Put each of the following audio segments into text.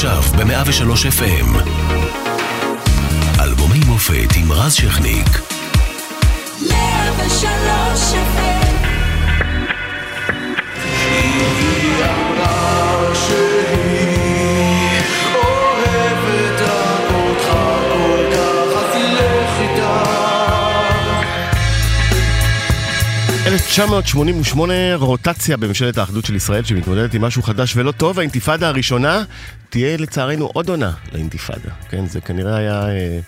עכשיו ב-103 FM. אלבומי מופת עם רז שכניק. 103 FM. היא אמרה שהיא אוהבת רק אותך כל כך, אז תלך איתה. 1988, רוטציה בממשלת האחדות של ישראל שמתמודדת עם משהו חדש ולא טוב. האינתיפאדה הראשונה תהיה לצערנו עוד עונה לאינתיפאדה. כן, זה כנראה היה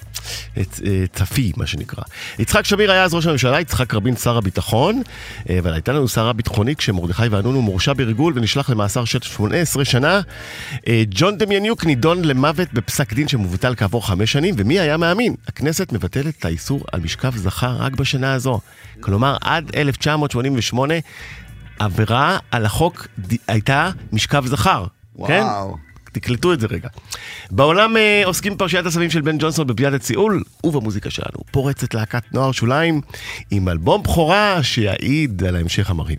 צפי, מה שנקרא. יצחק שמיר היה אז ראש הממשלה, יצחק רבין שר הביטחון, אבל הייתה לנו שרה ביטחונית כשמרדכי ואנונו מורשע בריגול ונשלח למאסר של 18 שנה. ג'ון דמיאניוק נידון למוות בפסק דין שמובטל כעבור 5 שנים, ומי היה מאמין? הכנסת מבטלת את האיסור על משכב זכר רק בשנה הזו. כלומר, עד 1988 עבירה על החוק הייתה משכב זכר. וואו. כן? תקלטו את זה רגע. בעולם עוסקים פרשיית הסמים של בן ג'ונסון בביאת הציול, ובמוזיקה שלנו פורצת להקת נוער שוליים עם אלבום בכורה שיעיד על ההמשך המרהיב.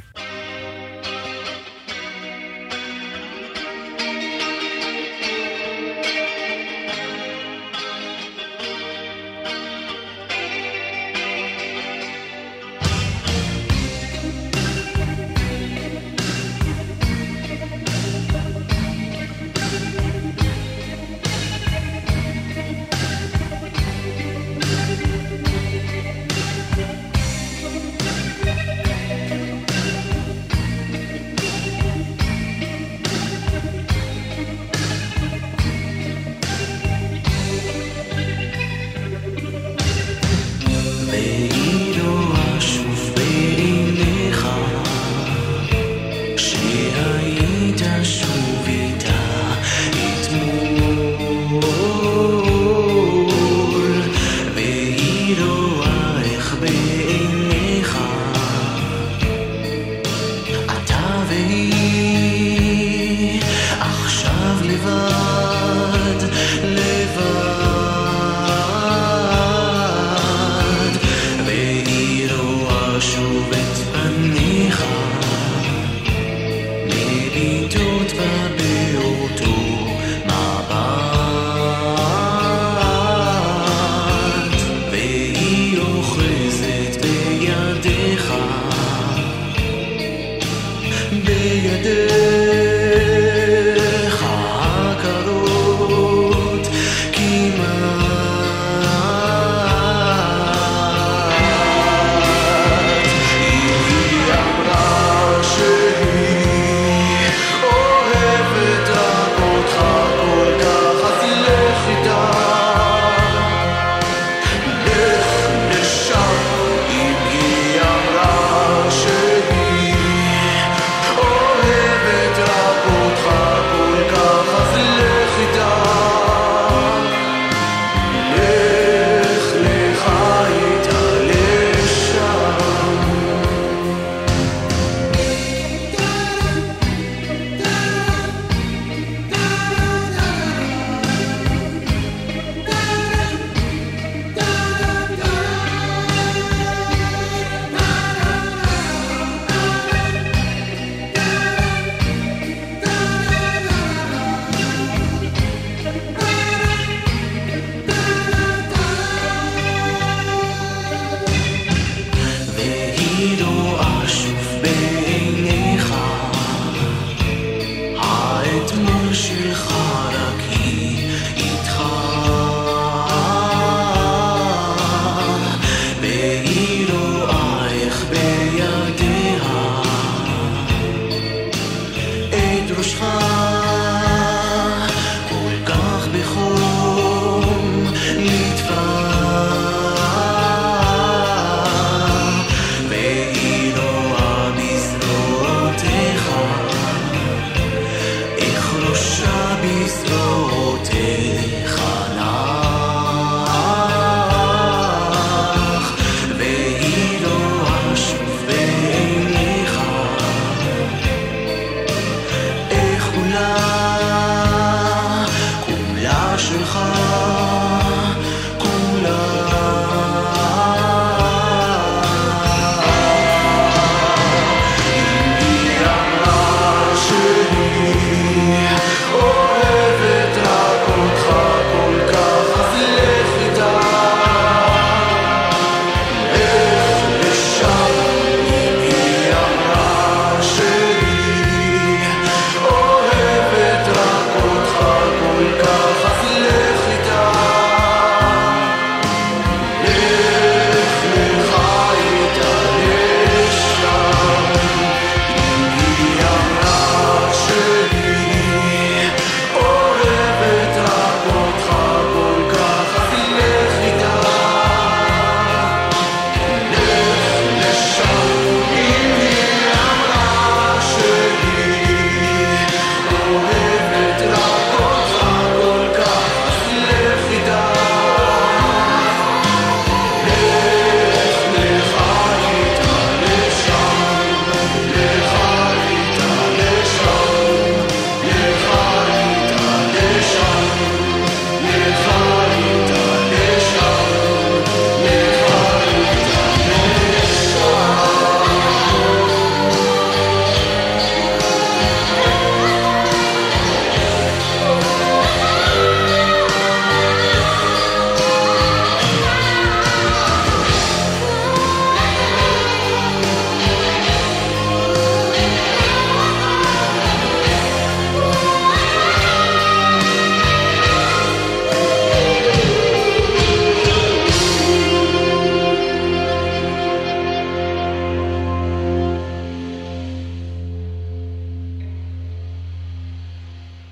אוהבת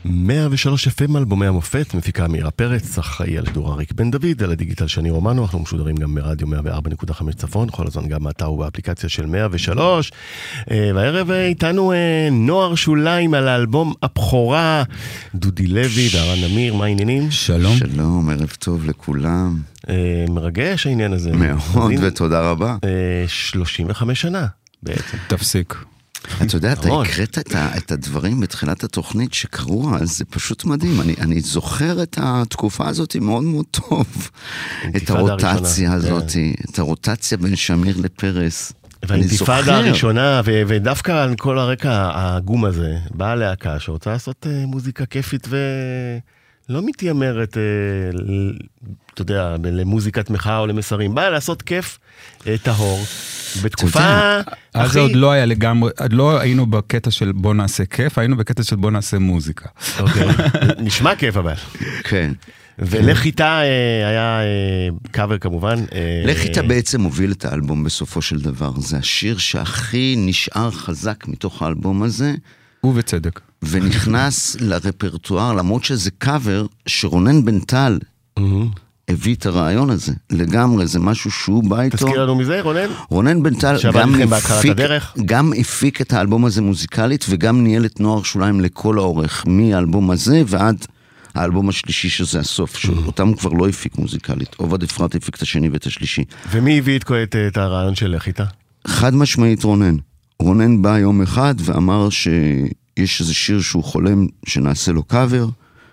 103 FM אלבומי המופת, מפיקה מירה פרץ, אחראי על דור אריק בן דוד, על הדיגיטל שני רומנו, אנחנו משודרים גם ברדיו 104.5 צפון, כל הזמן גם באתר ובאפליקציה של 103, והערב איתנו נוער שוליים על האלבום הבכורה, דודי לוי וערן אמיר, מה העניינים? שלום. שלום, ערב טוב לכולם. מרגש העניין הזה. מאוד, ותודה רבה. 35 שנה בעצם. תפסיק. אתה יודע, אתה הקראת את הדברים בתחילת התוכנית שקרו, אז זה פשוט מדהים. אני זוכר את התקופה הזאת מאוד מאוד טוב. את הרוטציה הזאת, את הרוטציה בין שמיר לפרס. והאינתיפאדה הראשונה, ודווקא על כל הרקע העגום הזה, באה להקה שרוצה לעשות מוזיקה כיפית ולא מתיימרת, אתה יודע, למוזיקת מחאה או למסרים. באה לעשות כיף טהור. בתקופה... אז עוד לא היה לגמרי, לא היינו בקטע של בוא נעשה כיף, היינו בקטע של בוא נעשה מוזיקה. אוקיי, נשמע כיף אבל. כן. ולך איתה היה קאבר כמובן. לך איתה בעצם מוביל את האלבום בסופו של דבר. זה השיר שהכי נשאר חזק מתוך האלבום הזה. ובצדק. ונכנס לרפרטואר, למרות שזה קאבר שרונן בן טל הביא את הרעיון הזה. לגמרי, זה משהו שהוא בא איתו. תזכיר לנו מזה, רונן? רונן בן טל גם הפיק את האלבום הזה מוזיקלית, וגם ניהל את נוער שוליים לכל האורך, מהאלבום הזה ועד האלבום השלישי שזה הסוף, שאותם הוא כבר לא הפיק מוזיקלית. עובד אפרת הפיק את השני ואת השלישי. ומי הביא את הרעיון של לך איתה? חד משמעית רונן. רונן בא יום אחד ואמר שיש איזה שיר שהוא חולם שנעשה לו קאבר,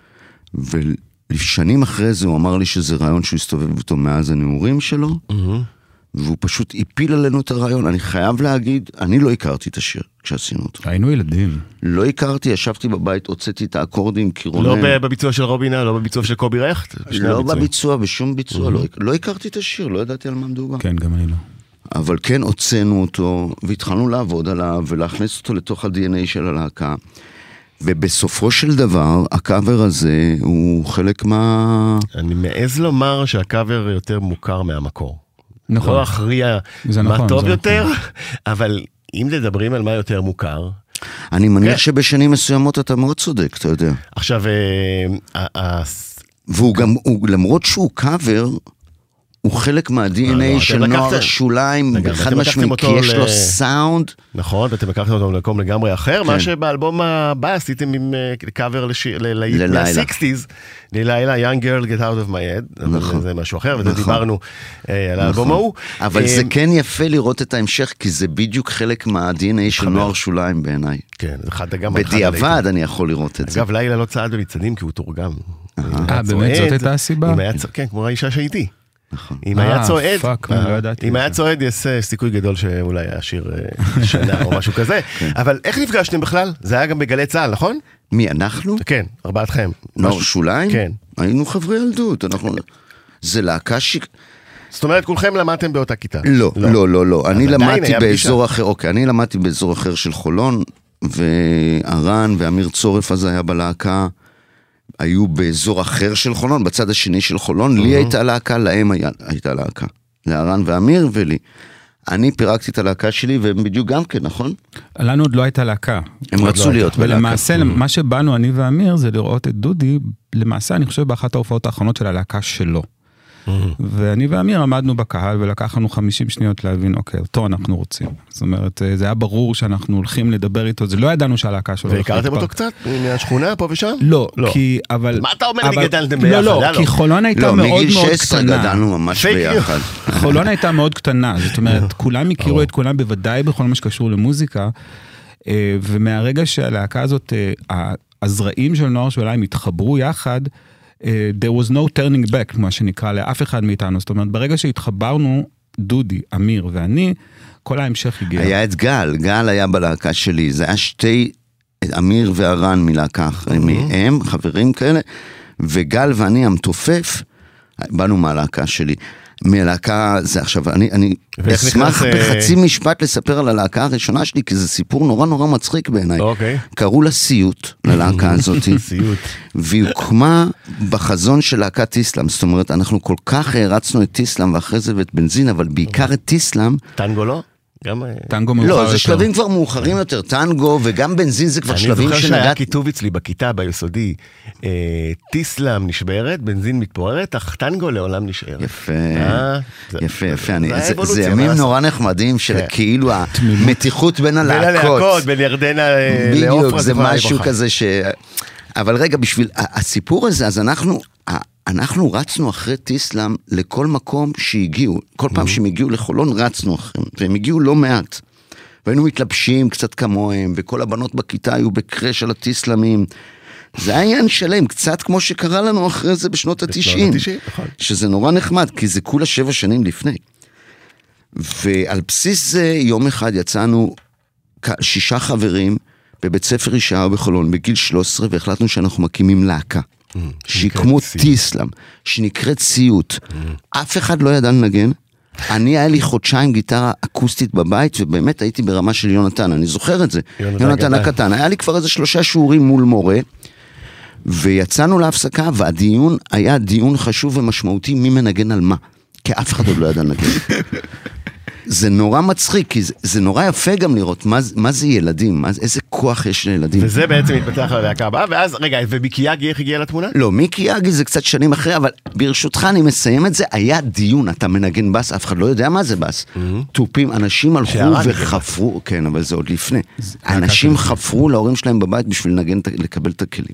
ושנים אחרי זה הוא אמר לי שזה רעיון שהוא הסתובב אותו מאז הנעורים שלו, והוא פשוט הפיל עלינו את הרעיון. אני חייב להגיד, אני לא הכרתי את השיר כשעשינו אותו. היינו ילדים. לא הכרתי, ישבתי בבית, הוצאתי את האקורדים, כי רונן... לא בביצוע של רובינה, לא בביצוע של קובי רכט? לא בביצוע, בשום ביצוע. לא הכרתי את השיר, לא ידעתי על מה מדובר. כן, גם אני לא. אבל כן הוצאנו אותו, והתחלנו לעבוד עליו, ולהכניס אותו לתוך ה-DNA של הלהקה. ובסופו של דבר, הקאבר הזה הוא חלק מה... אני מעז לומר שהקאבר יותר מוכר מהמקור. נכון. לא אחריה מה טוב יותר, אבל אם מדברים על מה יותר מוכר... אני מניח שבשנים מסוימות אתה מאוד צודק, אתה יודע. עכשיו... והוא גם, למרות שהוא קאבר... הוא חלק מה-DNA של נוער שוליים, אחד משמעית, כי יש לו סאונד. נכון, ואתם לקחתם אותו למקום לגמרי אחר, מה שבאלבום הבא עשיתם עם קאבר ל-60s, ללילה, Young Girl Get Out of My Head, זה משהו אחר, וזה דיברנו על האלבום ההוא. אבל זה כן יפה לראות את ההמשך, כי זה בדיוק חלק מה-DNA של נוער שוליים בעיניי. כן, בדיעבד אני יכול לראות את זה. אגב, לילה לא צעד במצעדים, כי הוא תורגם. באמת, זאת הייתה הסיבה? כן, כמו האישה שהייתי. אם היה צועד, אם היה צועד, יש סיכוי גדול שאולי היה שיר שנה או משהו כזה. אבל איך נפגשתם בכלל? זה היה גם בגלי צהל, נכון? מי, אנחנו? כן, ארבעתכם. נוער שוליים? כן. היינו חברי ילדות. זה להקה זאת אומרת, כולכם למדתם באותה כיתה? לא. אני למדתי באזור אחר, אוקיי, אני למדתי באזור אחר של חולון, וערן ואמיר צורף אז היה בלהקה, היו באזור אחר של חולון, בצד השני של חולון, לי הייתה להקה, להם הייתה להקה. לערן ואמיר ולי. אני פירקתי את הלהקה שלי, והם בדיוק גם כן, נכון? לנו עוד לא הייתה להקה. הם רצו להיות בלהקה. ולמעשה, מה שבאנו אני ואמיר, זה לראות את דודי, למעשה אני חושב באחת ההופעות האחרונות של הלהקה שלו. ואני ואמיר עמדנו בקהל ולקחנו 50 שניות להבין, אוקיי, אותו אנחנו רוצים. זאת אומרת, זה היה ברור שאנחנו הולכים לדבר איתו, זה לא ידענו שהלהקה שלו... והכרתם אותו קצת? מהשכונה פה ושם? לא, כי... מה אתה אומר לי גדלתם ביחד? לא, כי חולון הייתה מאוד מאוד קטנה. מגיל 16 גדלנו ממש ביחד. חולון הייתה מאוד קטנה, זאת אומרת, כולם הכירו את כולם בוודאי בכל מה שקשור למוזיקה, ומהרגע שהלהקה הזאת, הזרעים של נוער שוליים התחברו יחד, there was no turning back, מה שנקרא, לאף אחד מאיתנו. זאת אומרת, ברגע שהתחברנו, דודי, אמיר ואני, כל ההמשך הגיע. היה את גל היה בלהקה שלי, זה היה שתי, אמיר והרן מלהקה אחרים, הם חברים כאלה, וגל ואני המתופף, באנו מהלהקה שלי. מלהקה, זה עכשיו, אני אשמח בחצי משפט לספר על הלהקה הראשונה שלי, כי זה סיפור נורא נורא מצחיק בעיניי. קראו לה סיוט, ללהקה הזאת. והיא הוקמה בחזון של להקת טיסלאם, זאת אומרת, אנחנו כל כך הרצנו את טיסלאם, ואחרי זה ואת בנזין, אבל בעיקר את טיסלאם. טנגו לא? גם... טנגו מאוחר יותר. לא, זה שלבים כבר מאוחרים יותר, טנגו וגם בנזין זה כבר שלבים אני זוכר שהיה שנגעת... כיתוב אצלי בכיתה, ביסודי, טיסלאם נשברת, בנזין מתפוררת, אך טנגו לעולם נשארת. יפה, יפה. יפה. זה ימים נורא נחמדים של כאילו המתיחות בין הלהקות. בין ירדנה בדיוק, לאופרה. זה משהו כזה ש... אבל רגע, בשביל הסיפור הזה, אז אנחנו רצנו אחרי טיסלאם לכל מקום שהגיעו. כל פעם שהם הגיעו לחולון רצנו אחריהם, והם הגיעו לא מעט. והיינו מתלבשים קצת כמוהם, וכל הבנות בכיתה היו בקרש על הטיסלאמים. זה היה עניין שלם, קצת כמו שקרה לנו אחרי זה בשנות ה-90. שזה נורא נחמד, כי זה כולה 7 שנים לפני. ועל בסיס זה יום אחד יצאנו 6 חברים בבית ספר ישעיהו בחולון בגיל 13, והחלטנו שאנחנו מקימים להקה. שהיא כמו טיסלאם, שנקראת סיוט. אף אחד לא ידע לנגן. אני היה לי חודשיים גיטרה אקוסטית בבית, ובאמת הייתי ברמה של יונתן, אני זוכר את זה. יונתן הקטן. היה לי כבר איזה 3 שיעורים מול מורה, ויצאנו להפסקה, והדיון היה דיון חשוב ומשמעותי, מי מנגן על מה. כי אף אחד עוד לא ידע לנגן. זה נורא מצחיק, כי זה נורא יפה גם לראות מה זה ילדים, איזה כוח יש לילדים. וזה בעצם מתפתח ללהקה הבאה, ואז, רגע, ומיקי יגי איך הגיע לתמונה? לא, מיקי יגי זה קצת שנים אחרי, אבל ברשותך אני מסיים את זה, היה דיון, אתה מנגן בס, אף אחד לא יודע מה זה בס. טופים, אנשים הלכו וחפרו, כן, אבל זה עוד לפני. אנשים חפרו להורים שלהם בבית בשביל לנגן, לקבל את הכלים.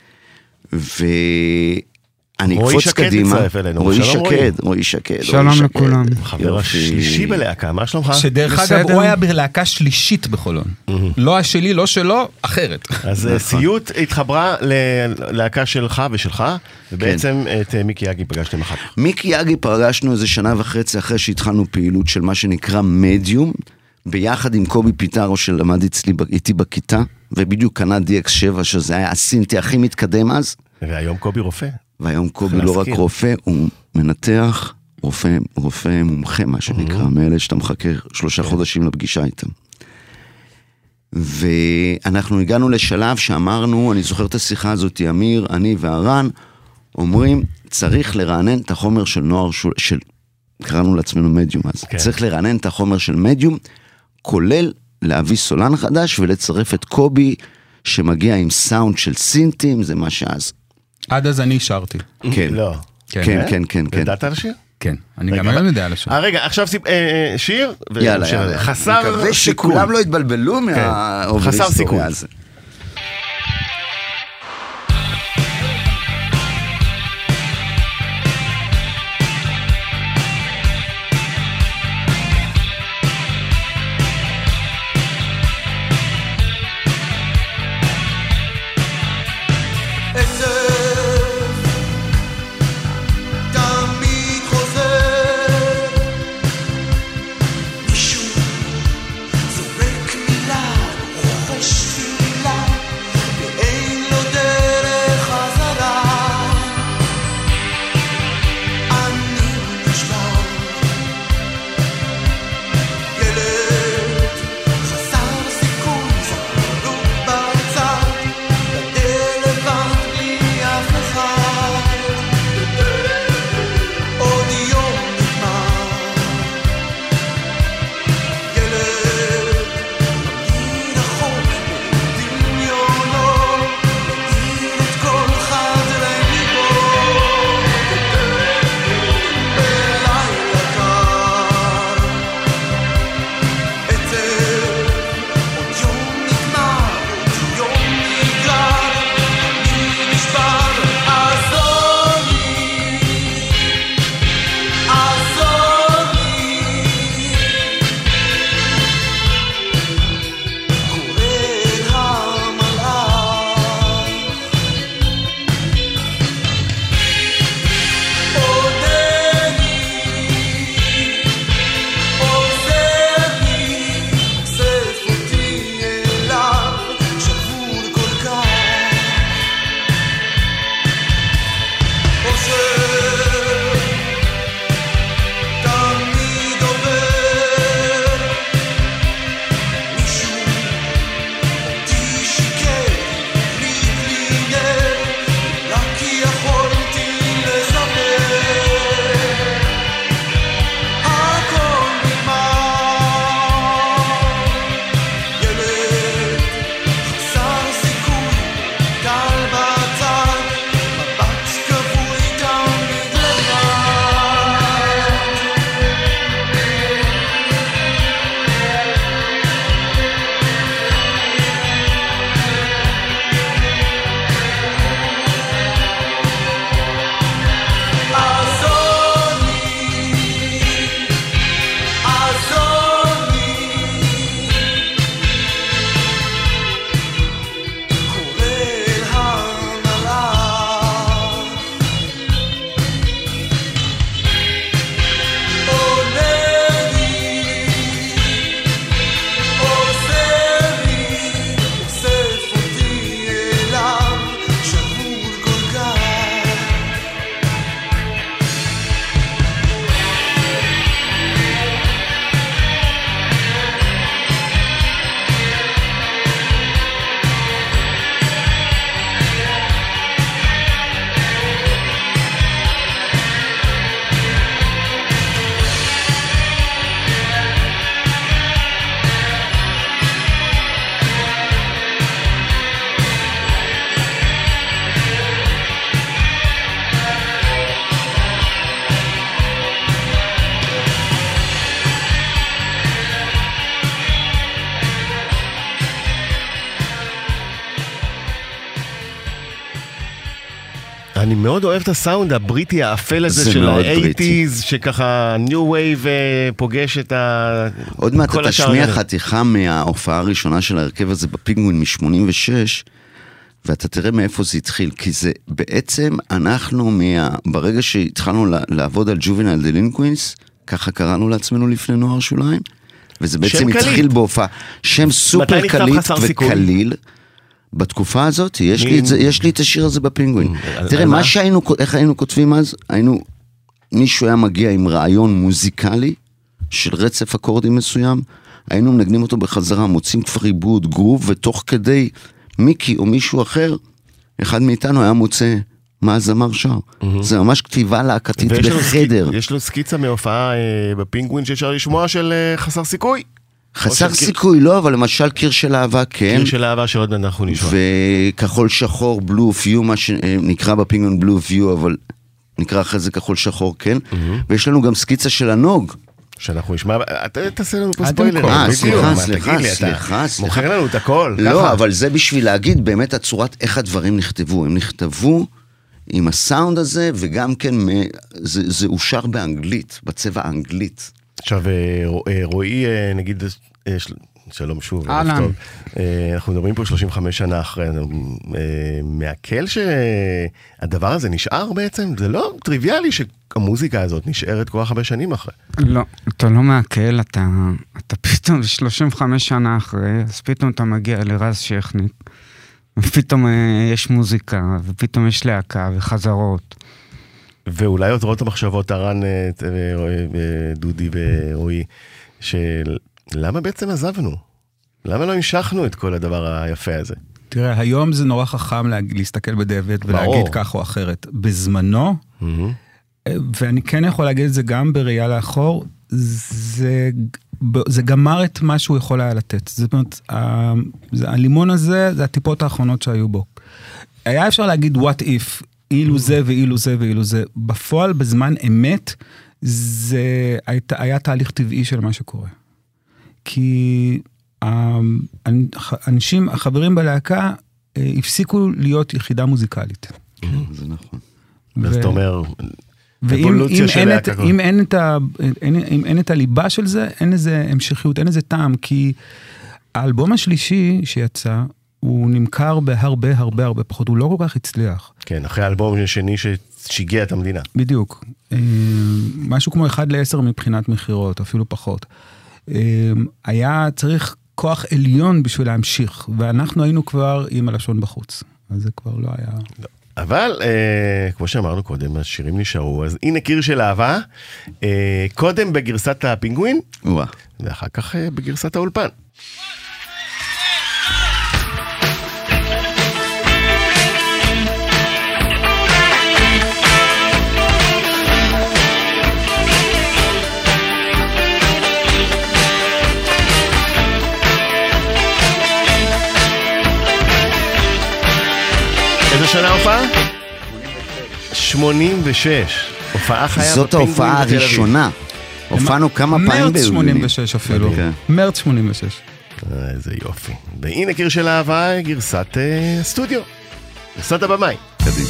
אני אקפוץ קדימה, רועי שקד. שלום לכולם. חבר השלישי בלהקה, מה שלומך? שדרך אגב הוא היה בלהקה שלישית בחולון. לא השלי, לא שלו, אחרת. אז סיוט התחברה ללהקה שלך ושלך, ובעצם את מיקי יגי פגשתם אחר כך. מיקי יגי פגשנו איזה 1.5 שנה אחרי שהתחלנו פעילות של מה שנקרא מדיום, ביחד עם קובי פיטרו שלמד איתי בכיתה, ובדיוק קנה DX7, שזה היה הסינטי הכי מתקדם אז. והיום קובי רופא. והיום קובי לא רק רופא, הוא מנתח, רופא מומחה, מה שנקרא, מאלה שאתה מחכה 3 חודשים לפגישה איתם. ואנחנו הגענו לשלב שאמרנו, אני זוכר את השיחה הזאת, אמיר, אני והרן, אומרים, צריך לרענן את החומר של נוער, קראנו לעצמנו מדיום אז, צריך לרענן את החומר של מדיום, כולל להביא סולן חדש ולצרף את קובי, שמגיע עם סאונד של סינטים, זה מה שאז. עד אז אני שרתי. כן. לא. כן. ידעת על השיר? כן. אני גם היום יודע על השיר. רגע, עכשיו שיר. יאללה. חסר סיכון. מקווה שכולם לא התבלבלו חסר סיכון. הזה. מישהו זורק מילה, רוכש תפילה אני מאוד אוהב את הסאונד הבריטי האפל הזה של ה-80s, שככה ניו וייב פוגש את ה... עוד מעט אתה תשמיע חתיכה מההופעה הראשונה של ההרכב הזה בפינגווין מ-86, ואתה תראה מאיפה זה התחיל, כי זה בעצם אנחנו ברגע שהתחלנו לעבוד על ג'ובינייל דלינקווינס, ככה קראנו לעצמנו לפני נוער שוליים, וזה בעצם התחיל בהופעה, שם סופר קליט וקליל, בתקופה הזאת, יש לי את השיר הזה בפינגווין. תראה, איך היינו כותבים אז? מישהו היה מגיע עם רעיון מוזיקלי, של רצף אקורדים מסוים, היינו מנגנים אותו בחזרה, מוצאים כבר עיבוד, גרוב, ותוך כדי מיקי או מישהו אחר, אחד מאיתנו היה מוצא מה הזמר שר. זה ממש כתיבה להקתית בחדר. יש לו סקיצה מהופעה בפינגווין שאפשר לשמוע של חסר סיכוי. חסר סיכוי, לא, אבל למשל קיר של אהבה, כן. קיר של אהבה שעוד אנחנו נשמע. וכחול שחור, בלו פיו, מה שנקרא בפינגווין בלו פיו, אבל נקרא אחרי זה כחול שחור, כן. ויש לנו גם סקיצה של הנוג. שאנחנו נשמע, תעשה לנו פה ספוילר. סליחה. מוכר לנו את הכל. לא, אבל זה בשביל להגיד באמת הצורת איך הדברים נכתבו. הם נכתבו עם הסאונד הזה, וגם כן זה אושר באנגלית, בצבע האנגלית. עכשיו, רועי, נגיד, שלום שוב, אנחנו מדברים פה 35 שנה אחרי, מהקל שהדבר הזה נשאר בעצם, זה לא טריוויאלי שהמוזיקה הזאת נשארת כל כך הרבה שנים אחרי. לא, אתה לא מהקל, אתה פתאום 35 שנה אחרי, אז פתאום אתה מגיע לרז שכניק, ופתאום יש מוזיקה, ופתאום יש להקה וחזרות. ואולי עוזרות המחשבות, הרן, דודי ורועי, למה בעצם עזבנו? למה לא המשכנו את כל הדבר היפה הזה? תראה, היום זה נורא חכם להסתכל בדבט ולהגיד כך או אחרת. בזמנו, ואני כן יכול להגיד את זה גם בראייה לאחור, זה גמר את מה שהוא יכול היה לתת. זאת אומרת, הלימון הזה, זה הטיפות האחרונות שהיו בו. היה אפשר להגיד what if, אילו זה ואילו זה ואילו זה. בפועל, בזמן אמת, זה היה תהליך טבעי של מה שקורה. כי האנשים, החברים בלהקה, הפסיקו להיות יחידה מוזיקלית. זה נכון. אז אתה אומר, אם אין את הליבה של זה, אין איזה המשכיות, אין איזה טעם, כי האלבום השלישי שיצא, הוא נמכר בהרבה הרבה הרבה פחות, הוא לא כל כך הצליח. כן, אחרי האלבום השני ששיגע את המדינה. בדיוק. משהו כמו 1-10 מבחינת מחירות, אפילו פחות. היה צריך כוח עליון בשביל להמשיך, ואנחנו היינו כבר עם הלשון בחוץ. אז זה כבר לא היה... לא. אבל, כמו שאמרנו קודם, השירים נשארו, אז הנה קיר של אהבה, קודם בגרסת הפינגווין, ואחר כך בגרסת האולפן. איזה שנה הופעה? 86. הופעה חיה זאת ההופעה הראשונה. הופענו כמה פעמים מרץ 86 אפילו. מרץ 86. איזה יופי. והנה קיר של אהבה, גרסת סטודיו. גרסת הבמאי. קדימה.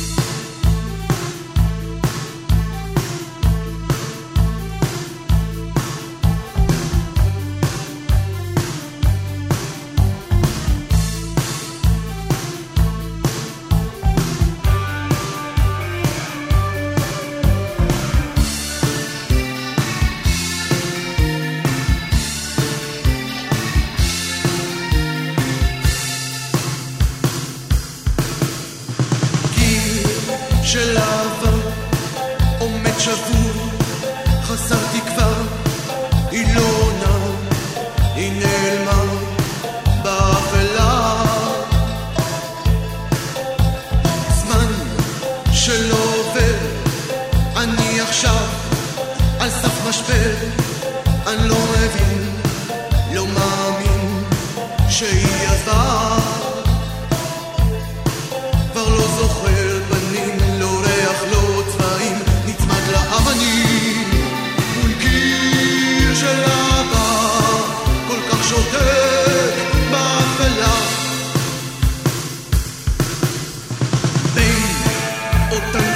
אותנו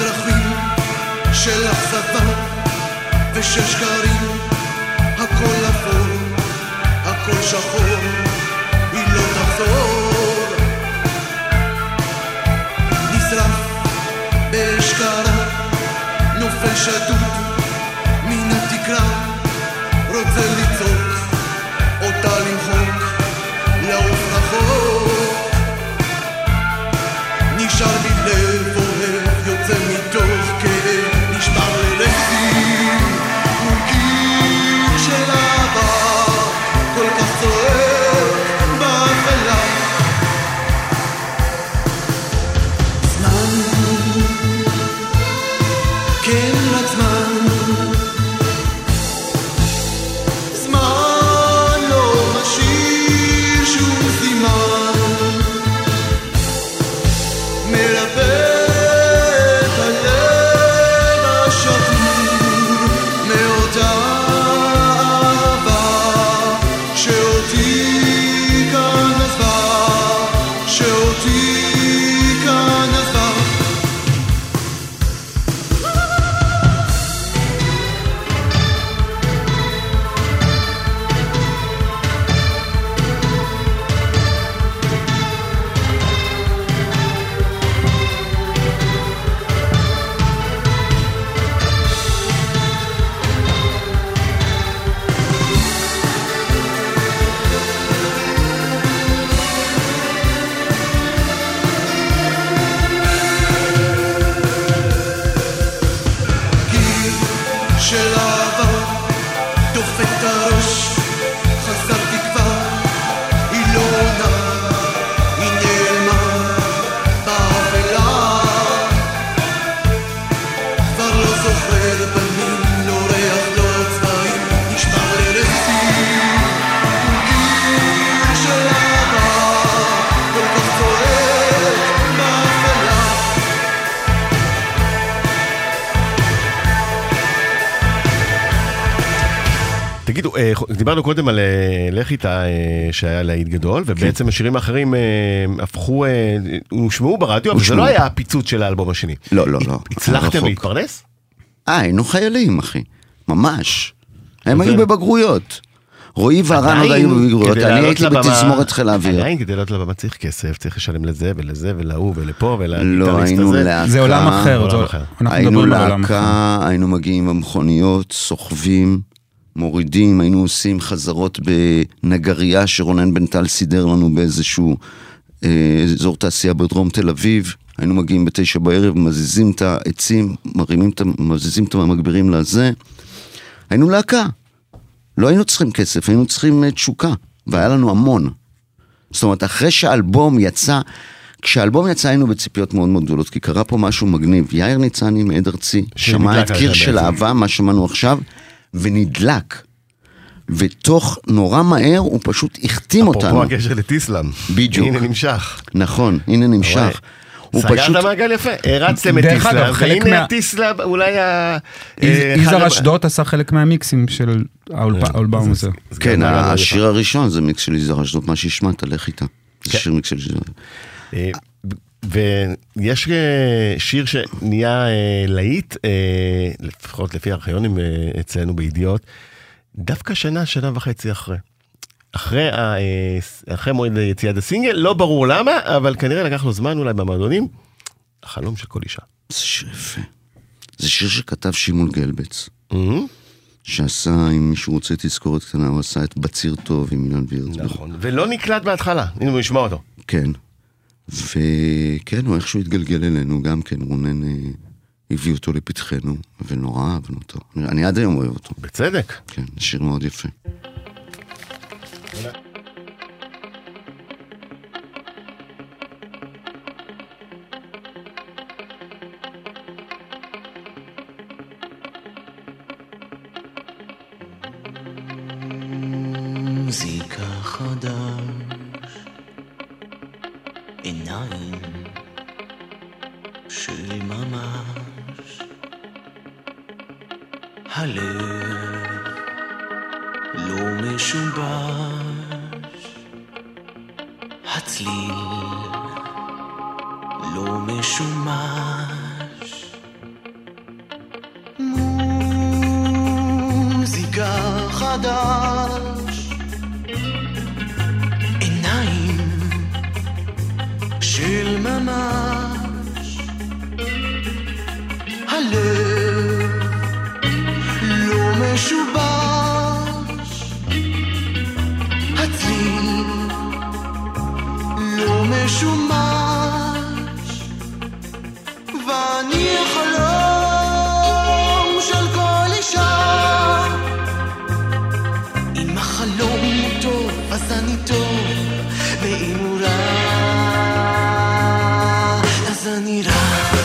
של אכזבה ושל שקרים, הכל אפור, הכל שחור, היא לא תחזור. נשרף באשכרה, נופל שדוד מן התקרה, רוצה לצעוק, אותה למחוק, לעוף רחוק. נשאר בי לב אוהב, יוצא מתוך כאב, נשבר ללחים, מול קיר של אהבה, כל כך צועק באפלה. זמן, כן רק זמן, זמן לא משאיר שום סימן, מלווה את הלב השבור מאותה אהבה שאותי כאן עזבה, שאותי כאן עזבה. של אהבה דופק את הראש, חסר תקווה, היא לא עונה, היא נעלמה באפלה. כבר לא זוכר פנים, לא ריח, לא צבעים, נשבר לרצים, קיר של אהבה כל כך צועק באפלה. תגידו, דיברנו קודם על לך איתה שהיה להיט גדול, ובעצם השירים האחרים הפכו, הושמעו ברדיו, אבל זה לא היה הפיצוץ של האלבום השני. לא, לא, לא. הצלחתם להתפרנס? היינו חיילים, אחי. ממש. הם היו בבגרויות. רועי והרן עוד היו בבגרויות. אני הייתי בתזמורת חיל האוויר. עדיין כדי לעלות לבמה צריך כסף, צריך לשלם לזה ולזה ולהוא ולפה לא, היינו להקה. זה עולם אחר. היינו להקה, היינו מגיעים במכוניות, סוחבים, מורידים, היינו עושים חזרות בנגריה שרונן בן טל סידר לנו באיזשהו אזור תעשייה בדרום תל אביב. היינו מגיעים ב9 בערב, מזיזים את העצים, מזיזים את המגבירים לזה. היינו להקה. לא היינו צריכים כסף, היינו צריכים תשוקה, והיה לנו המון. זאת אומרת, אחרי שהאלבום יצא, כשהאלבום יצא היינו בציפיות מאוד מאוד גדולות, כי קרה פה משהו מגניב. יאיר ניצני מעד ארצי, שמע את קיר של אהבה, מה שמענו עכשיו, ונדלק. ותוך נורא מהר הוא פשוט החתים אותנו. אפרופו הקשר לטיסלאם. בדיוק. הנה נמשך. נכון, הנה נמשך. סגרת מעגל יפה, הרצתם את טיסלאם, והנה הטיסלאם אולי יזהר אשדוד עשה חלק מהמיקסים של האלבום הזה. כן, השיר הראשון זה מיקס של יזהר אשדוד, מה שהשמעת, לך איתה. זה שיר מיקס של יזהר אשדוד. ויש שיר שנהיה להיט, לפחות לפי הארכיונים אצלנו בידיעות, דווקא שנה וחצי אחרי מועד יציאת הסינגל, לא ברור למה, אבל כנראה לקח לו זמן אולי במועדונים, החלום של כל אישה. זה שיר יפה. זה שיר שכתב שמעון גלבץ, שעשה, אם מישהו רוצה תזכורת קטנה, הוא עשה את בציר טוב עם אילן וירצברג. נכון, ולא נקלט בהתחלה, הנה הוא ישמע אותו. כן, וכן, הוא איכשהו התגלגל אלינו, גם כן, רונן הביא אותו לפתחנו, ונורא אהבנו אותו. אני עד היום אוהב אותו. בצדק. כן, זה שיר מאוד יפה. מוזיקה חדש, עיניים של ממש, הלב לא משובש, הצליל לא משומש, כיכר חדש, עיניים של ממש, הלב לא משובש, הצליל לא משומש, ואני החלום של כל אישה. אם החלום הוא טוב אז אני טוב, ואם הוא רע אז אני רע.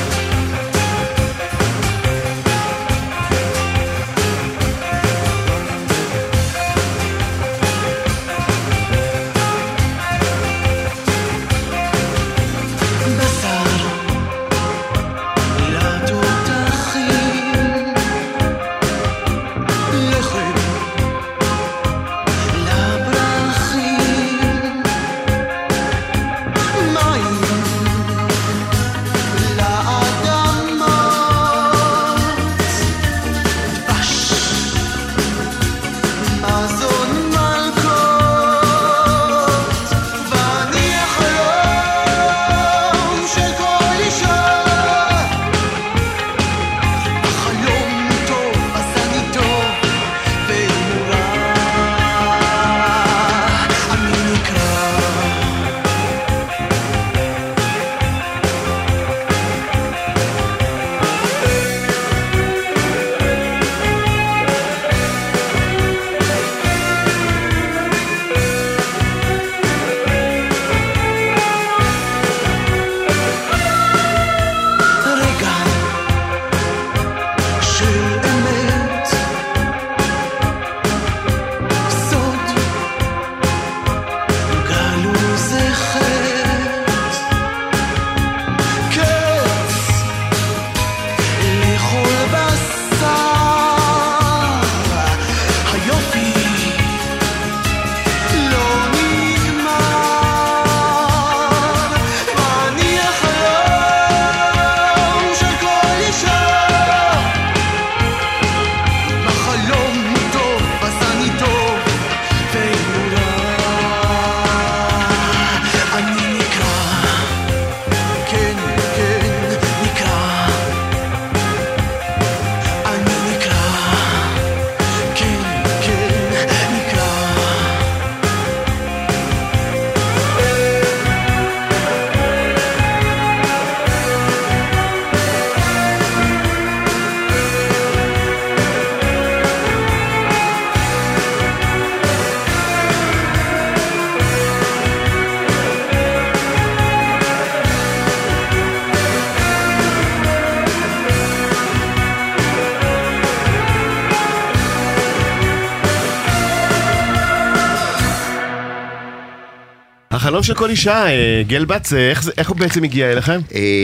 החלום של כל אישה, גלבץ, איך הוא בעצם הגיע אליכם?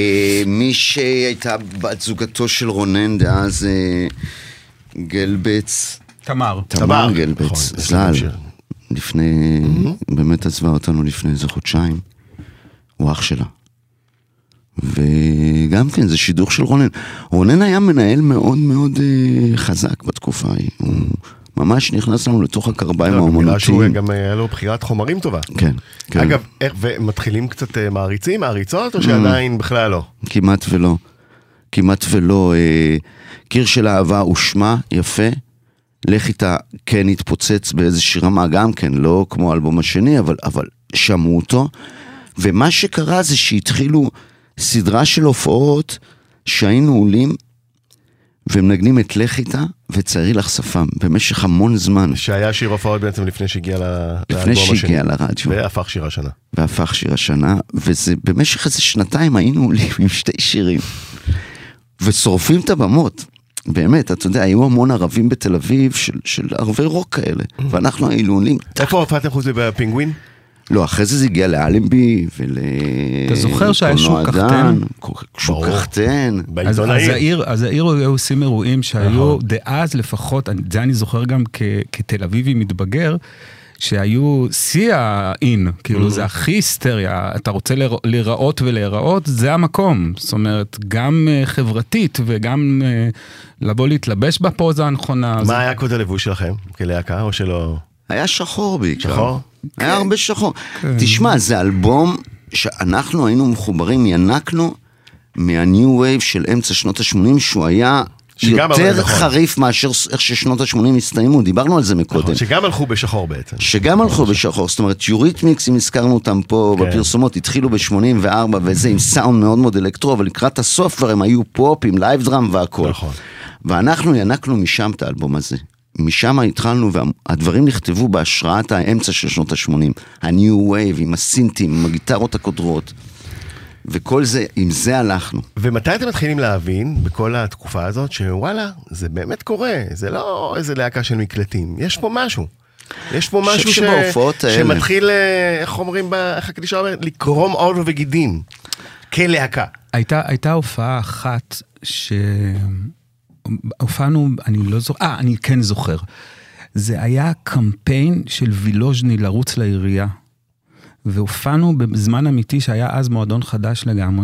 מי שהייתה בת זוגתו של רונן דאז, גלבץ. תמר גלבץ, ז"ל. לפני, באמת עזבה אותנו לפני איזה חודשיים. הוא אח שלה. וגם כן, זה שידוך של רונן. רונן היה מנהל מאוד מאוד חזק בתקופה ההיא. הוא ממש נכנס לנו לתוך הקרביים האומנותיים. בגלל שהוא גם היה לו בחירת חומרים טובה. כן. אגב, ומתחילים קצת מעריצות, או שעדיין בכלל לא? כמעט ולא. קיר של אהבה הוא שמה יפה. לך איתה כן התפוצץ באיזושהי רמה, גם כן, לא כמו האלבום השני, אבל שמעו אותו. ומה שקרה זה שהתחילו סדרה של הופעות שהיינו עולים ומנגנים את לך איתה וצערי לך שפם במשך המון זמן. שהיה שיר הופעות בעצם לפני שהגיע לאלבום השני. לפני שהגיע לרדיו. והפך שיר השנה. וזה במשך איזה שנתיים היינו עולים עם 2 שירים. ושורפים את הבמות. באמת, אתה יודע, היו המון ערבים בתל אביב של ערבי רוק כאלה. ואנחנו היינו עולים. איפה הופעתם חוץ בפינגווין? לא, אחרי זה הגיע לאלנבי אתה זוכר שהיה שוק קחתן? שוק קחתן. אז העיר היו עושים אירועים שהיו דאז לפחות, זה אני זוכר גם כתל אביבי מתבגר, שהיו שיא האין, כאילו זה הכי היסטריה, אתה רוצה לראות ולהיראות, זה המקום, זאת אומרת, גם חברתית וגם לבוא להתלבש בפוזה הנכונה. מה היה קוד הלבוש שלכם כלהקה, או שלא? היה שחור בעיקר. שחור? היה הרבה שחור. תשמע, זה אלבום שאנחנו היינו מחוברים, ינקנו מהניו וייב של אמצע שנות ה-80, שהוא היה יותר חריף מאשר איך ששנות ה-80 הסתיימו, דיברנו על זה מקודם. שגם הלכו בשחור בעצם. שגם הלכו בשחור, זאת אומרת, יוריתמיקס, אם הזכרנו אותם פה בפרסומות, התחילו ב-84 וזה עם סאונד מאוד מאוד אלקטרו, אבל לקראת הסוף כבר הם היו פופ עם לייב דראם והכל. ואנחנו ינקנו משם את האלבום הזה. משם התחלנו, והדברים נכתבו בהשראת האמצע של שנות ה-80. הניו וייב, עם הסינטים, עם הגיטרות הקודרות. וכל זה, עם זה הלכנו. ומתי אתם מתחילים להבין, בכל התקופה הזאת, שוואלה, זה באמת קורה, זה לא איזה להקה של מקלטים, יש פה משהו. יש פה משהו שמתחיל, איך אומרים, איך הקדישה אומרת, לקרום עור וגידים, כלהקה. הייתה הופעה אחת שהופענו, אני לא זוכר, אני כן זוכר. זה היה קמפיין של וילוז'ני לרוץ לעירייה. והופענו בזמן אמיתי שהיה אז מועדון חדש לגמרי,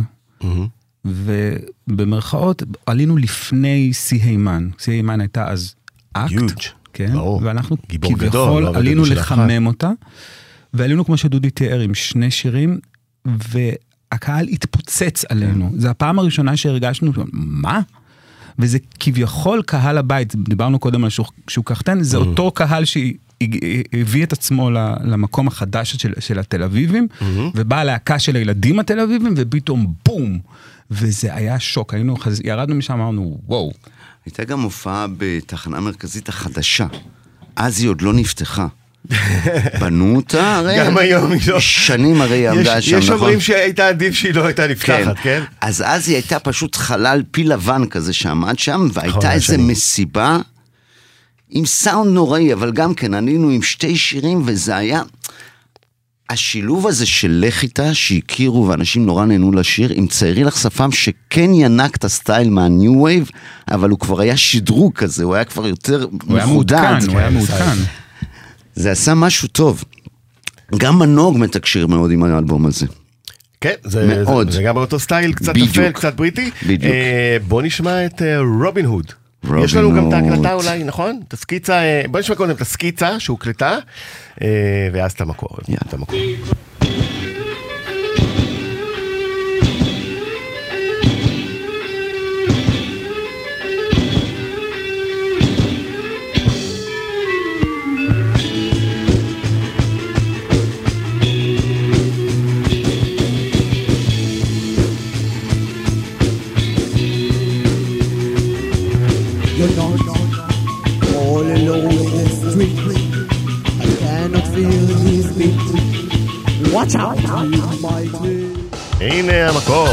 ובמרכאות עלינו לפני סי הימן, סי הימן הייתה אז אקט, ואנחנו כביכול עלינו לחמם אותה, ועלינו כמו שדודי תיאר עם 2 שירים, והקהל התפוצץ עלינו, זה הפעם הראשונה שהרגשנו, מה? וזה כביכול קהל הבית, דיברנו קודם על שוק קחתן, זה אותו קהל הביא את עצמו למקום החדש של התל אביבים, ובאה הלהקה של הילדים התל אביבים, ופתאום בום, וזה היה שוק, ירדנו משם, אמרנו, וואו. הייתה גם הופעה בתחנה המרכזית החדשה, אז היא עוד לא נפתחה. בנו אותה, הרי גם היום היא לא. שנים הרי עמדה שם, יש אומרים שהייתה עדיף שהיא לא הייתה נפתחת, כן? אז היא הייתה פשוט חלל פיל לבן כזה שעמד שם, והייתה איזה מסיבה, עם סאונד נוראי, אבל גם כן, עלינו עם 2 שירים, וזה היה השילוב הזה של לך איתה, שהכירו ואנשים נורא נהנו לשיר, עם צעירי לך שפם שכן ינק את הסטייל מהניו וייב, אבל הוא כבר היה שדרוג כזה, הוא היה כבר יותר מחודד. הוא היה מעודכן. זה עשה משהו טוב. גם מנוג מתקשיר מאוד עם האלבום הזה. כן, זה גם באותו סטייל, קצת אפל, קצת בריטי. בוא נשמע את רובין הוד. יש לנו גם את ההקלטה אולי, נכון? את הסקיצה, בוא נשמע קודם את הסקיצה שהוקלטה, ואז את המקור. All alone in the street, I cannot feel his beat. Watch out, my kid. הנה המקור.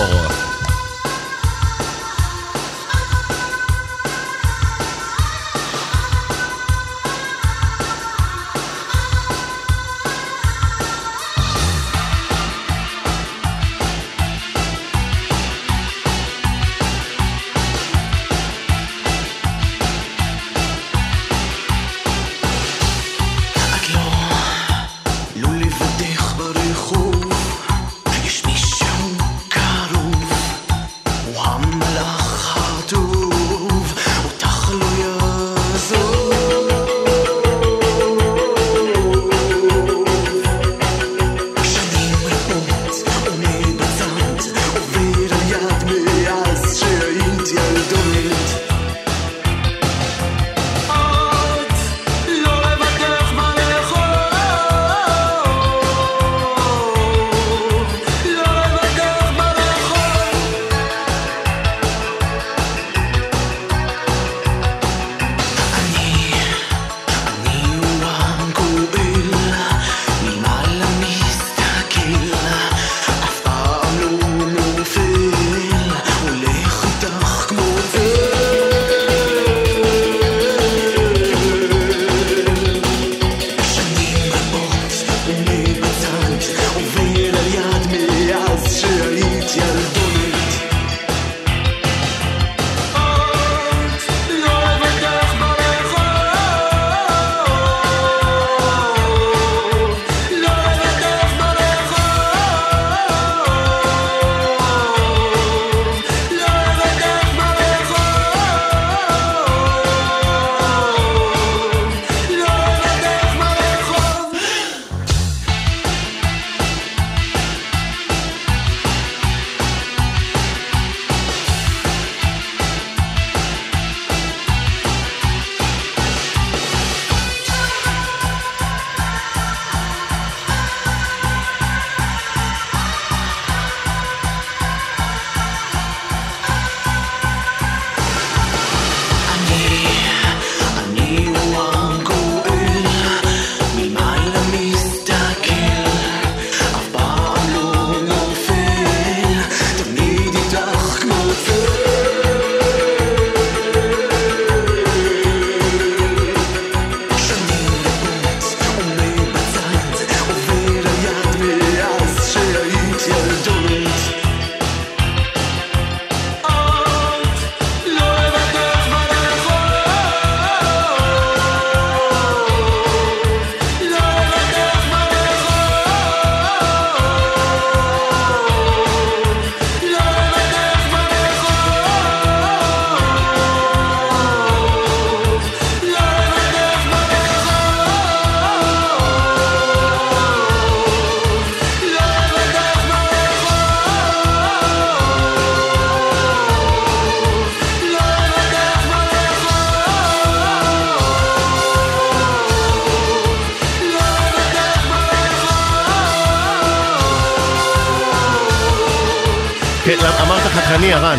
חתרני, הרן?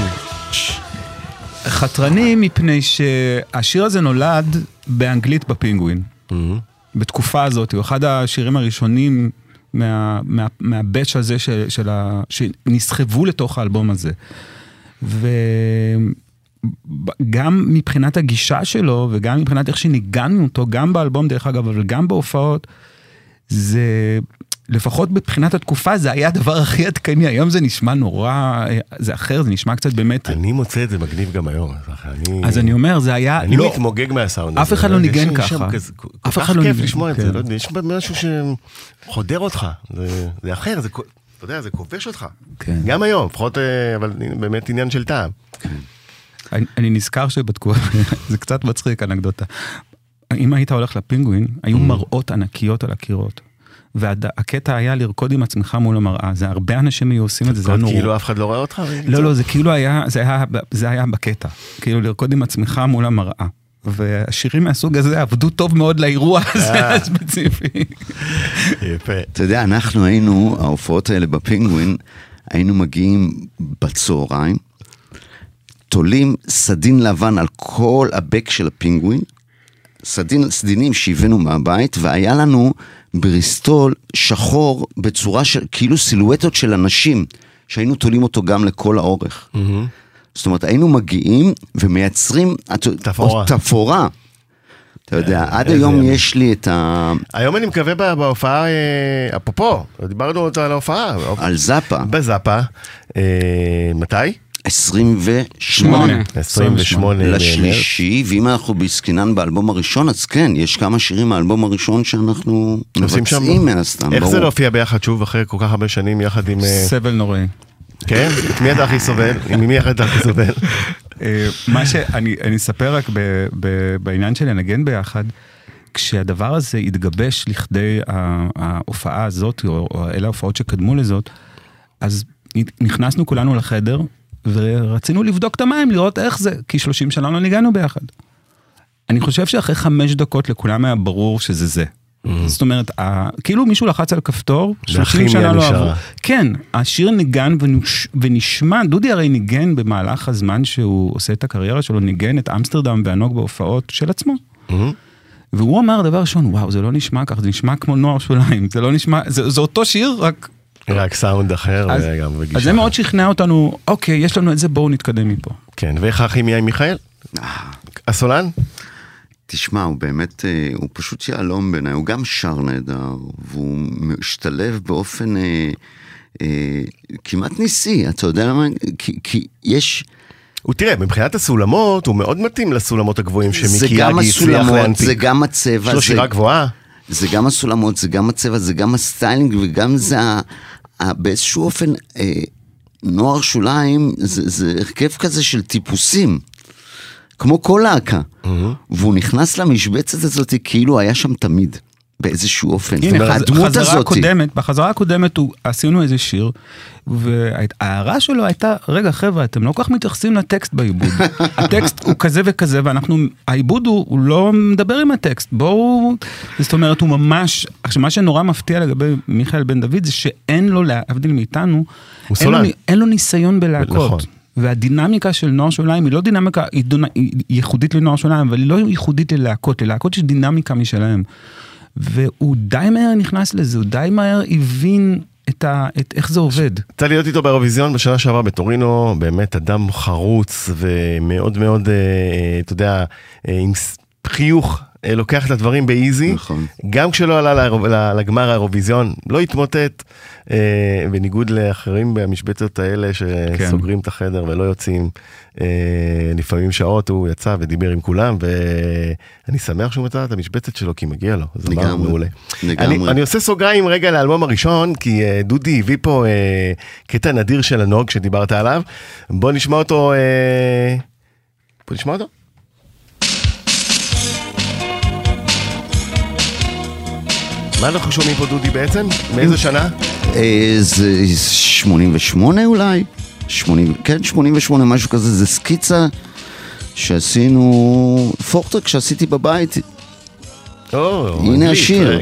חתרני מפני שהשיר הזה נולד באנגלית בפינגווין. בתקופה הזאת, הוא אחד השירים הראשונים מהבץ' הזה שנסחבו לתוך האלבום הזה. וגם מבחינת הגישה שלו, וגם מבחינת איך שניגענו אותו, גם באלבום דרך אגב, אבל גם בהופעות, זה, לפחות מבחינת התקופה, זה היה הדבר הכי עדכני. היום זה נשמע נורא, זה אחר, זה נשמע קצת באמת... אני מוצא את זה מגניב גם היום. אז אני אומר, זה היה... אני מתמוגג מהסאונד הזה. אף אחד לא ניגן ככה. אף אחד לא כיף לשמוע את זה. יש משהו שחודר אותך. זה אחר, אתה יודע, זה כובש אותך. גם היום, לפחות, אבל באמת עניין של טעם. אני נזכר שבתקופה, זה קצת מצחיק, אנקדוטה. אם היית הולך לפינגווין, היו מראות ענקיות על הקירות. והקטע היה לרקוד עם עצמך מול המראה. זה הרבה אנשים היו עושים את זה, זה היה נורא. כאילו אף אחד לא רואה אותך? לא, זה כאילו היה, זה היה בקטע. כאילו לרקוד עם עצמך מול המראה. והשירים מהסוג הזה עבדו טוב מאוד לאירוע הזה הספציפי. יפה. אתה יודע, אנחנו היינו, ההופעות האלה בפינגווין, היינו מגיעים בצהריים, תולים סדין לבן על כל הבק של הפינגווין, סדינים שהבאנו מהבית, והיה לנו בריסטול שחור בצורה של כאילו סילואטות של אנשים, שהיינו תולים אותו גם לכל האורך. זאת אומרת, היינו מגיעים ומייצרים תפאורה. אתה יודע, עד היום יש לי את ה... היום אני מקווה בהופעה, אפרופו, דיברנו על ההופעה. על זאפה. בזאפה. מתי? 28 לשלישי, במרץ. ואם אנחנו בסקינן באלבום הראשון, אז כן, יש כמה שירים מהאלבום הראשון שאנחנו מבצעים מהסתם. איך זה להופיע ביחד שוב אחרי כל כך הרבה שנים יחד עם... סבל נוראי. כן? את מי אתה הכי סובל? עם מי אתה הכי סובל? מה שאני אספר רק בעניין של לנגן ביחד, כשהדבר הזה התגבש לכדי ההופעה הזאת, או אלה ההופעות שקדמו לזאת, אז נכנסנו כולנו לחדר, ורצינו לבדוק את המים, לראות איך זה, כי 30 שנה לא ניגענו ביחד. אני חושב שאחרי 5 דקות לכולם היה ברור שזה זה. זאת אומרת, כאילו מישהו לחץ על כפתור, 30 שנה לא עברו. כן, השיר ניגן ונשמע, דודי הרי ניגן במהלך הזמן שהוא עושה את הקריירה שלו, ניגן את אמסטרדם והנוג בהופעות של עצמו. והוא אמר דבר ראשון, וואו, זה לא נשמע כך, זה נשמע כמו נוער שוליים, זה לא נשמע, זה אותו שיר, רק סאונד אחר. אז זה מאוד שכנע אותנו, אוקיי, יש לנו את זה, בואו נתקדם מפה. כן, ואיך הכימיה עם מיכאל? הסולן? תשמע, הוא באמת, הוא פשוט יעלום בעיניי, הוא גם שר נהדר, והוא משתלב באופן כמעט ניסי, אתה יודע למה? כי יש... הוא תראה, מבחינת הסולמות, הוא מאוד מתאים לסולמות הגבוהים שמיקי הצליח להנפיק. זה גם הצבע, יש לו שירה גבוהה. זה גם הסולמות, זה גם הצבע, זה גם הסטיילינג, וגם זה באיזשהו אופן נוער שוליים, זה הרכב כזה של טיפוסים, כמו כל להקה. והוא נכנס למשבצת הזאת כאילו היה שם תמיד, באיזשהו אופן. הנה, בחזרה הקודמת עשינו איזה שיר, וההערה שלו הייתה, רגע חבר'ה, אתם לא כל כך מתייחסים לטקסט בעיבוד. הטקסט הוא כזה וכזה, העיבוד הוא לא מדבר עם הטקסט. בואו, זאת אומרת, הוא ממש, עכשיו מה שנורא מפתיע לגבי מיכאל בן דוד, זה שאין לו, להבדיל מאיתנו, אין לו ניסיון בלהקות. והדינמיקה של נוער שוליים היא לא דינמיקה, היא ייחודית לנוער שוליים, אבל היא לא ייחודית ללהקות. ללהקות יש דינמיקה משלהם. והוא די מהר נכנס לזה, הוא די מהר הבין איך זה עובד. יצא להיות איתו באירוויזיון בשנה שעברה בטורינו, באמת אדם חרוץ ומאוד מאוד, אתה יודע, עם חיוך, לוקח את הדברים באיזי, גם כשלא עלה לגמר האירוויזיון, לא התמוטט, בניגוד לאחרים במשבצות האלה שסוגרים את החדר ולא יוצאים לפעמים שעות, הוא יצא ודיבר עם כולם, ואני שמח שהוא מצא את המשבצת שלו, כי מגיע לו, זה דבר מעולה. אני עושה סוגריים רגע לאלבום הראשון, כי דודי הביא פה קטע נדיר של הנוג שדיברת עליו, בוא נשמע אותו, מה אנחנו שומעים פה דודי בעצם? מאיזה שנה? זה 88 אולי, כן 88 משהו כזה, זה סקיצה שעשינו, פורטרק שעשיתי בבית, הנה השיר.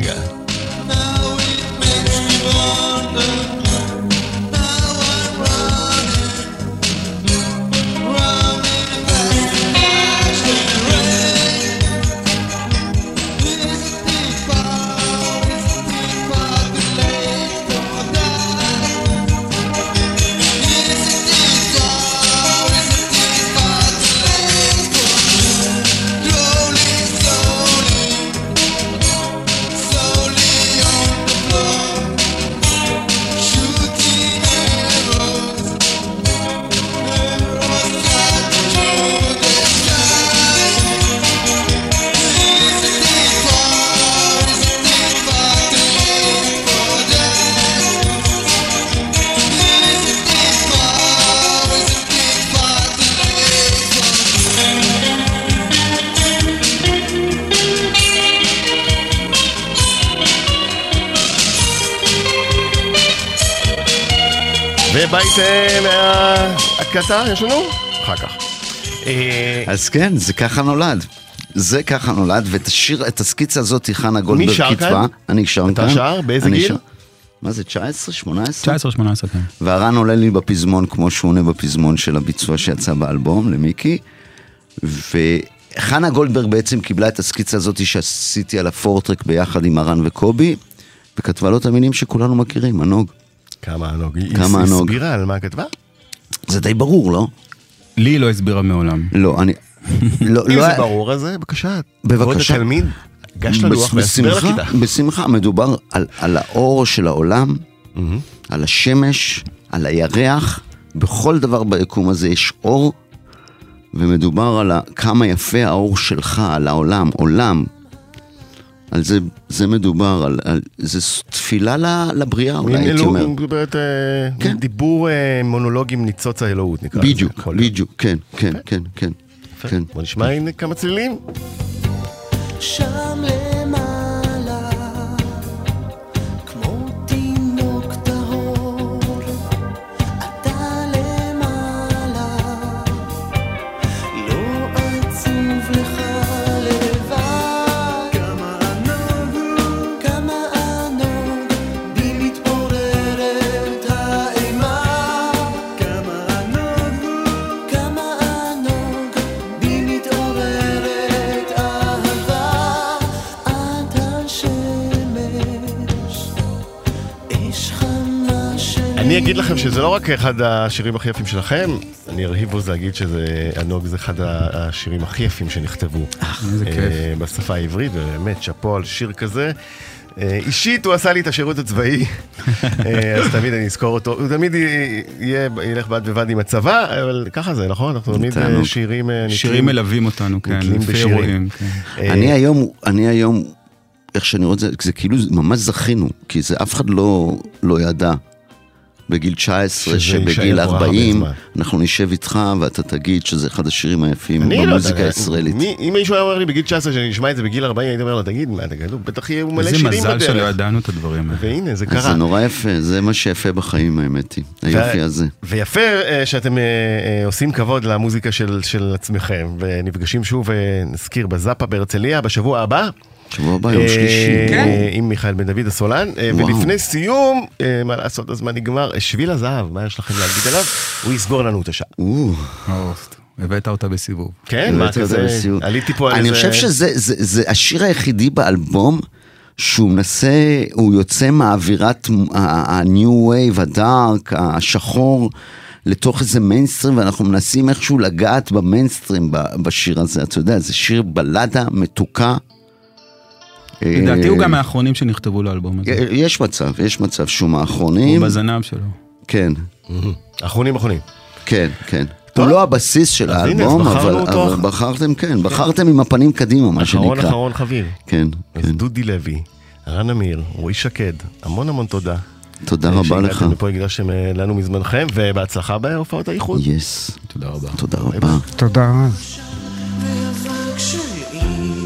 בית מההקלטה, יש לנו? אחר כך. אז כן, זה ככה נולד. זה ככה נולד, ואת השיר, את הסקיצה הזאת חנה גולדברג כתבה. אני שר כאן. אתה שר? באיזה גיל? מה זה, 19? 18? 19-18, כן. והרן עולה לי בפזמון כמו שהוא עונה בפזמון של הביצוע שיצא באלבום, למיקי. וחנה גולדברג בעצם קיבלה את הסקיצה הזאת שעשיתי על הפורטרק ביחד עם הרן וקובי, וכתבה לו את המילים שכולנו מכירים, הנוג. כמה הנוג? כמה היא הנוג. הסבירה על מה כתבה? זה די ברור, לא? לי לא הסבירה מעולם. לא, אני... לא, אם לא, זה ברור, אז בבקשה. בבקשה. כבוד התלמיד, גש ללוח והסבר לכיתה. בשמחה, מדובר על האור של העולם, על השמש, על הירח, בכל דבר ביקום הזה יש אור, ומדובר על כמה יפה האור שלך, על העולם, עולם. על זה מדובר, זה תפילה לבריאה, אולי הייתי אומר. מדברת דיבור מונולוג עם ניצוץ האלוהות, נקרא. בדיוק, כן. בוא נשמע הנה כמה צלילים. שם למעלה, כמו תינוק טהור, אתה למעלה, לא עצוב לך לבד. כמה ענוג, בי מתפוררת האימה. כמה ענוג, בי מתעוררת אהבה. עד השמש, אש חמה של... אני אגיד לכם שזה לא רק אחד השירים הכי יפים שלכם, אני ארחיב בו להגיד שזה ענוג, זה אחד השירים הכי יפים שנכתבו בשפה העברית, ובאמת שפו על שיר כזה. אישית הוא עשה לי את השירות הצבאי, אז תמיד אני אזכור אותו, הוא תמיד ילך בד בבד עם הצבא, אבל ככה זה, נכון? אנחנו תמיד שירים מלווים אותנו, כן, לפי אירועים. אני היום, איך שאני רואה את זה, זה כאילו ממש זכינו, כי זה אף אחד לא ידע. בגיל 19, שבגיל 40, אנחנו נשב איתך ואתה תגיד שזה אחד השירים היפים במוזיקה הישראלית. אם מישהו היה אומר לי בגיל 19 שאני נשמע את זה בגיל 40, הייתי אומר לו, תגיד, מה, בטח יהיה מלא שירים בדרך. איזה מזל שלא ידענו את הדברים האלה. והנה, זה קרה. זה נורא יפה, זה מה שיפה בחיים, האמת היא, היופי הזה. ויפה שאתם עושים כבוד למוזיקה של עצמכם, ונפגשים שוב, נזכיר, בזאפה בהרצליה, בשבוע הבא. שבוע הבא, יום שלישי. עם מיכאל בן דוד הסולן. ולפני סיום, מה לעשות, הזמן נגמר, שביל הזהב, מה יש לכם להגיד עליו? הוא יסגור לנו את השעה. הבאת אותה בסיבוב. כן, מה כזה, עליתי פה על איזה... אני חושב שזה השיר היחידי באלבום, שהוא מנסה, הוא יוצא מהאווירת ה-new wave, הדארק, השחור, לתוך איזה מיינסטרים, ואנחנו מנסים איכשהו לגעת במיינסטרים בשיר הזה. אתה יודע, זה שיר בלדה, מתוקה, לדעתי הוא גם מהאחרונים שנכתבו לאלבום הזה. יש מצב שהוא מהאחרונים. הוא בזנב שלו. כן. אחרונים. כן. הוא לא הבסיס של האלבום, אבל בחרתם עם הפנים קדימה, מה שנקרא. אחרון חביב. כן. אז דודי לוי, רן אמיר, רועי שקד, המון תודה. תודה רבה לך. שהגעתם לפה, הקדשתם לנו מזמנכם, ובהצלחה בהופעות האיחוד. יס. תודה רבה. תודה רבה. תודה רבה. ואבק של עיר